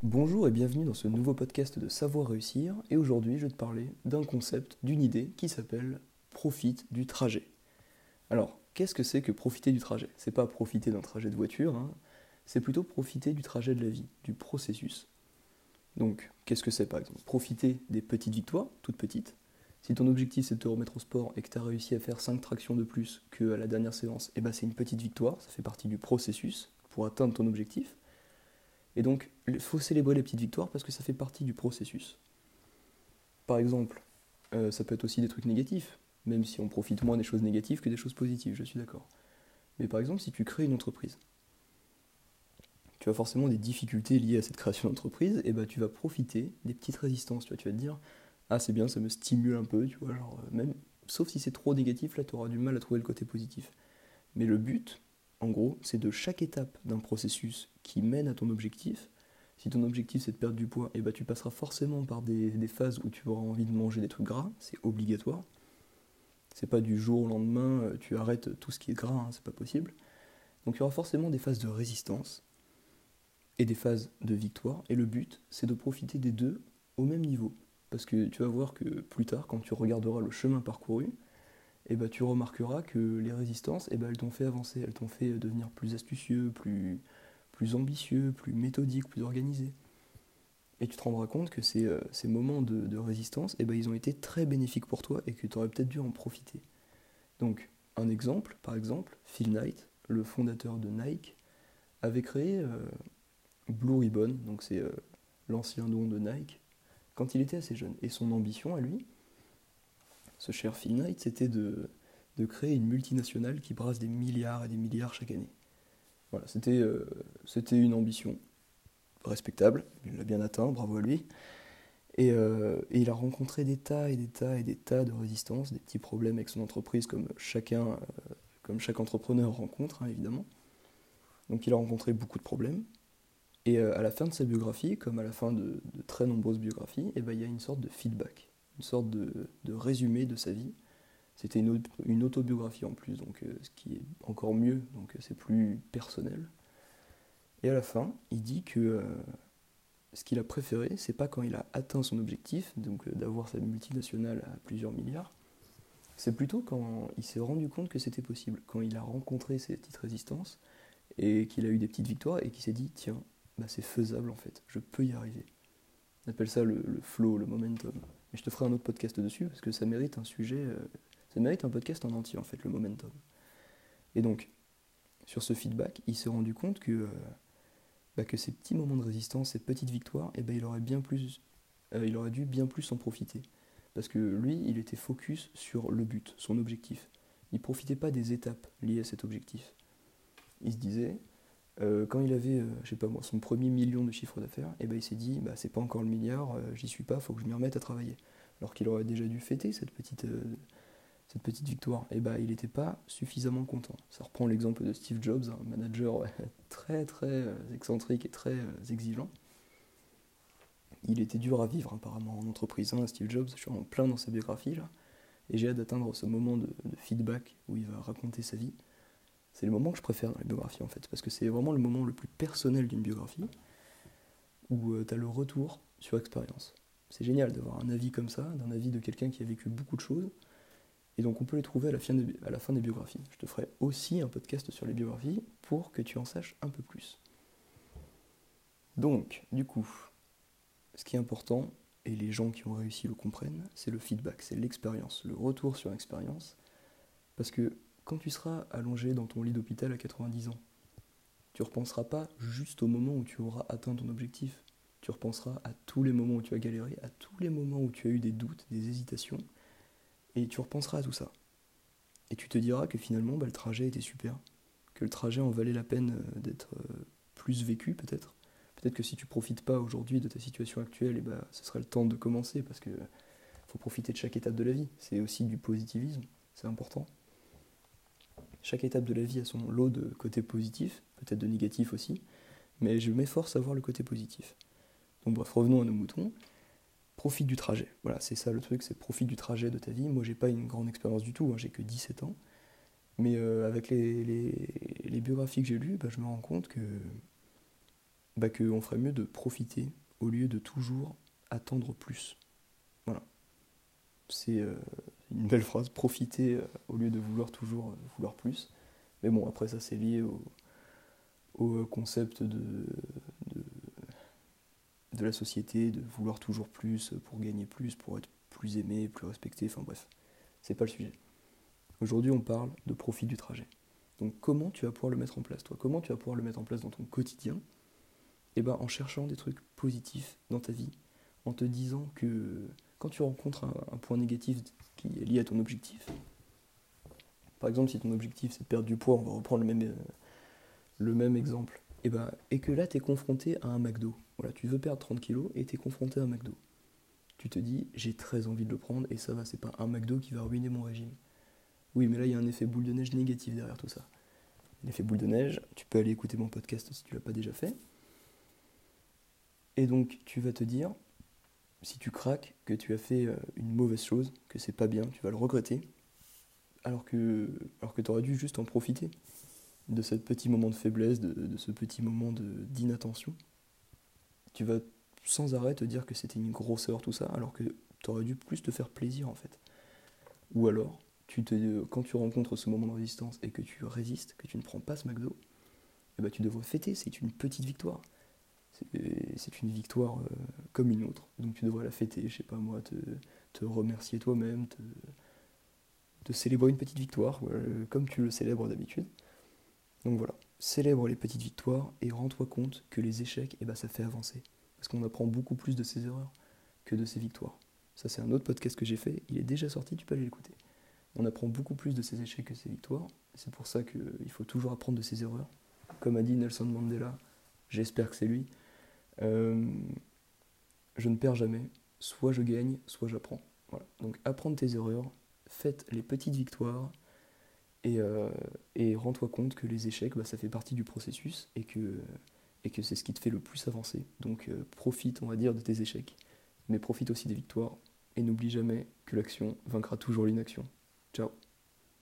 Bonjour et bienvenue dans ce nouveau podcast de Savoir Réussir, et aujourd'hui je vais te parler d'un concept, d'une idée qui s'appelle profite du trajet. Alors, qu'est-ce que c'est que profiter du trajet? C'est pas profiter d'un trajet de voiture, hein, c'est plutôt profiter du trajet de la vie, du processus. Donc, qu'est-ce que c'est par exemple? Profiter des petites victoires, toutes petites. Si ton objectif c'est de te remettre au sport et que tu as réussi à faire 5 tractions de plus qu'à la dernière séance, et ben c'est une petite victoire, ça fait partie du processus pour atteindre ton objectif. Et donc, il faut célébrer les petites victoires parce que ça fait partie du processus. Par exemple, ça peut être aussi des trucs négatifs, même si on profite moins des choses négatives que des choses positives, je suis d'accord. Mais par exemple, si tu crées une entreprise, tu as forcément des difficultés liées à cette création d'entreprise, et bah tu vas profiter des petites résistances, tu vas te dire, ah c'est bien, ça me stimule un peu, tu vois, genre, même, sauf si c'est trop négatif, là tu auras du mal à trouver le côté positif. Mais le but, en gros, c'est de chaque étape d'un processus qui mène à ton objectif. Si ton objectif c'est de perdre du poids, et bah tu passeras forcément par des phases où tu auras envie de manger des trucs gras, c'est obligatoire. C'est pas du jour au lendemain, tu arrêtes tout ce qui est gras, hein, c'est pas possible. Donc il y aura forcément des phases de résistance et des phases de victoire, et le but c'est de profiter des deux au même niveau. Parce que tu vas voir que plus tard, quand tu regarderas le chemin parcouru, et bah, tu remarqueras que les résistances, elles t'ont fait avancer, elles t'ont fait devenir plus astucieux, plus ambitieux, plus méthodique, plus organisé. Et tu te rendras compte que ces moments de résistance, ils ont été très bénéfiques pour toi et que tu aurais peut-être dû en profiter. Donc, un exemple, par exemple, Phil Knight, le fondateur de Nike, avait créé Blue Ribbon, donc c'est l'ancien nom de Nike, quand il était assez jeune. Et son ambition à lui, ce cher Phil Knight, c'était de créer une multinationale qui brasse des milliards et des milliards chaque année. Voilà, c'était une ambition respectable, il l'a bien atteint, bravo à lui. Et il a rencontré des tas et des tas et des tas de résistances, des petits problèmes avec son entreprise comme chaque entrepreneur rencontre, hein, évidemment. Donc il a rencontré beaucoup de problèmes. Et à la fin de sa biographie, comme à la fin de très nombreuses biographies, il y a une sorte de feedback, une sorte de résumé de sa vie. C'était une autobiographie en plus, donc ce qui est encore mieux, donc c'est plus personnel. Et à la fin, il dit que ce qu'il a préféré, c'est pas quand il a atteint son objectif, donc d'avoir sa multinationale à plusieurs milliards, c'est plutôt quand il s'est rendu compte que c'était possible, quand il a rencontré ces petites résistances et qu'il a eu des petites victoires et qu'il s'est dit tiens, bah c'est faisable en fait, je peux y arriver. On appelle ça le flow, le momentum. Mais je te ferai un autre podcast dessus parce que ça mérite un sujet, ça mérite un podcast en entier en fait, le momentum. Et donc, sur ce feedback, il s'est rendu compte que ces petits moments de résistance, ces petites victoires, il aurait dû bien plus en profiter. Parce que lui, il était focus sur le but, son objectif. Il ne profitait pas des étapes liées à cet objectif. Il se disait, quand il avait, je sais pas moi, son premier million de chiffre d'affaires, il s'est dit, bah c'est pas encore le milliard, j'y suis pas, faut que je m'y remette à travailler. Alors qu'il aurait déjà dû fêter cette petite victoire, il n'était pas suffisamment content. Ça reprend l'exemple de Steve Jobs, un manager très très excentrique et très exigeant. Il était dur à vivre apparemment en entreprise, hein, Steve Jobs, je suis en plein dans sa biographie là, et j'ai hâte d'atteindre ce moment de feedback où il va raconter sa vie. C'est le moment que je préfère dans les biographies en fait, parce que c'est vraiment le moment le plus personnel d'une biographie, où tu as le retour sur expérience. C'est génial d'avoir un avis comme ça, d'un avis de quelqu'un qui a vécu beaucoup de choses. Et donc on peut les trouver à la fin des biographies. Je te ferai aussi un podcast sur les biographies pour que tu en saches un peu plus. Donc, du coup, ce qui est important, et les gens qui ont réussi le comprennent, c'est le feedback, c'est l'expérience, le retour sur expérience. Parce que quand tu seras allongé dans ton lit d'hôpital à 90 ans, tu ne repenseras pas juste au moment où tu auras atteint ton objectif. Tu repenseras à tous les moments où tu as galéré, à tous les moments où tu as eu des doutes, des hésitations, et tu repenseras à tout ça. Et tu te diras que finalement, le trajet était super, que le trajet en valait la peine d'être plus vécu peut-être. Peut-être que si tu profites pas aujourd'hui de ta situation actuelle, ce serait le temps de commencer parce que faut profiter de chaque étape de la vie. C'est aussi du positivisme, c'est important. Chaque étape de la vie a son lot de côtés positifs, peut-être de négatifs aussi, mais je m'efforce à voir le côté positif. Donc bref, revenons à nos moutons. Profite du trajet. Voilà, c'est ça le truc, c'est profite du trajet de ta vie. Moi, j'ai pas une grande expérience du tout, hein, j'ai que 17 ans. Mais avec les biographies que j'ai lues, je me rends compte que bah qu'on ferait mieux de profiter au lieu de toujours attendre plus. Voilà. C'est une belle phrase, profiter au lieu de vouloir toujours vouloir plus. Mais bon, après ça c'est lié au concept de la société, de vouloir toujours plus pour gagner plus, pour être plus aimé, plus respecté, enfin bref, c'est pas le sujet. Aujourd'hui on parle de profit du trajet. Donc comment tu vas pouvoir le mettre en place toi? Comment tu vas pouvoir le mettre en place dans ton quotidien? Et ben en cherchant des trucs positifs dans ta vie, en te disant que quand tu rencontres un point négatif qui est lié à ton objectif, par exemple si ton objectif c'est de perdre du poids, on va reprendre le même exemple, et que là tu es confronté à un McDo, voilà, tu veux perdre 30 kilos et tu es confronté à un McDo. Tu te dis j'ai très envie de le prendre et ça va, c'est pas un McDo qui va ruiner mon régime. Oui mais là il y a un effet boule de neige négatif derrière tout ça. L'effet boule de neige, tu peux aller écouter mon podcast si tu l'as pas déjà fait. Et donc tu vas te dire, si tu craques, que tu as fait une mauvaise chose, que c'est pas bien, tu vas le regretter, alors que tu aurais dû juste en profiter de ce petit moment de faiblesse, de ce petit moment d'inattention. Tu vas sans arrêt te dire que c'était une grosse erreur tout ça, alors que tu aurais dû plus te faire plaisir en fait. Ou alors, quand tu rencontres ce moment de résistance et que tu résistes, que tu ne prends pas ce McDo, tu devrais fêter, c'est une petite victoire. C'est une victoire comme une autre. Donc tu devrais la fêter, je sais pas moi, te remercier toi-même, te célébrer une petite victoire, comme tu le célèbres d'habitude. Donc voilà, célèbre les petites victoires et rends-toi compte que les échecs, ça fait avancer. Parce qu'on apprend beaucoup plus de ses erreurs que de ses victoires. Ça c'est un autre podcast que j'ai fait, il est déjà sorti, tu peux aller l'écouter. On apprend beaucoup plus de ses échecs que ses victoires. C'est pour ça qu'il faut toujours apprendre de ses erreurs. Comme a dit Nelson Mandela, j'espère que c'est lui, je ne perds jamais, soit je gagne, soit j'apprends. Voilà. Donc apprends tes erreurs, faites les petites victoires et rends-toi compte que les échecs, ça fait partie du processus et que c'est ce qui te fait le plus avancer. Donc profite, on va dire, de tes échecs, mais profite aussi des victoires et n'oublie jamais que l'action vaincra toujours l'inaction. Ciao.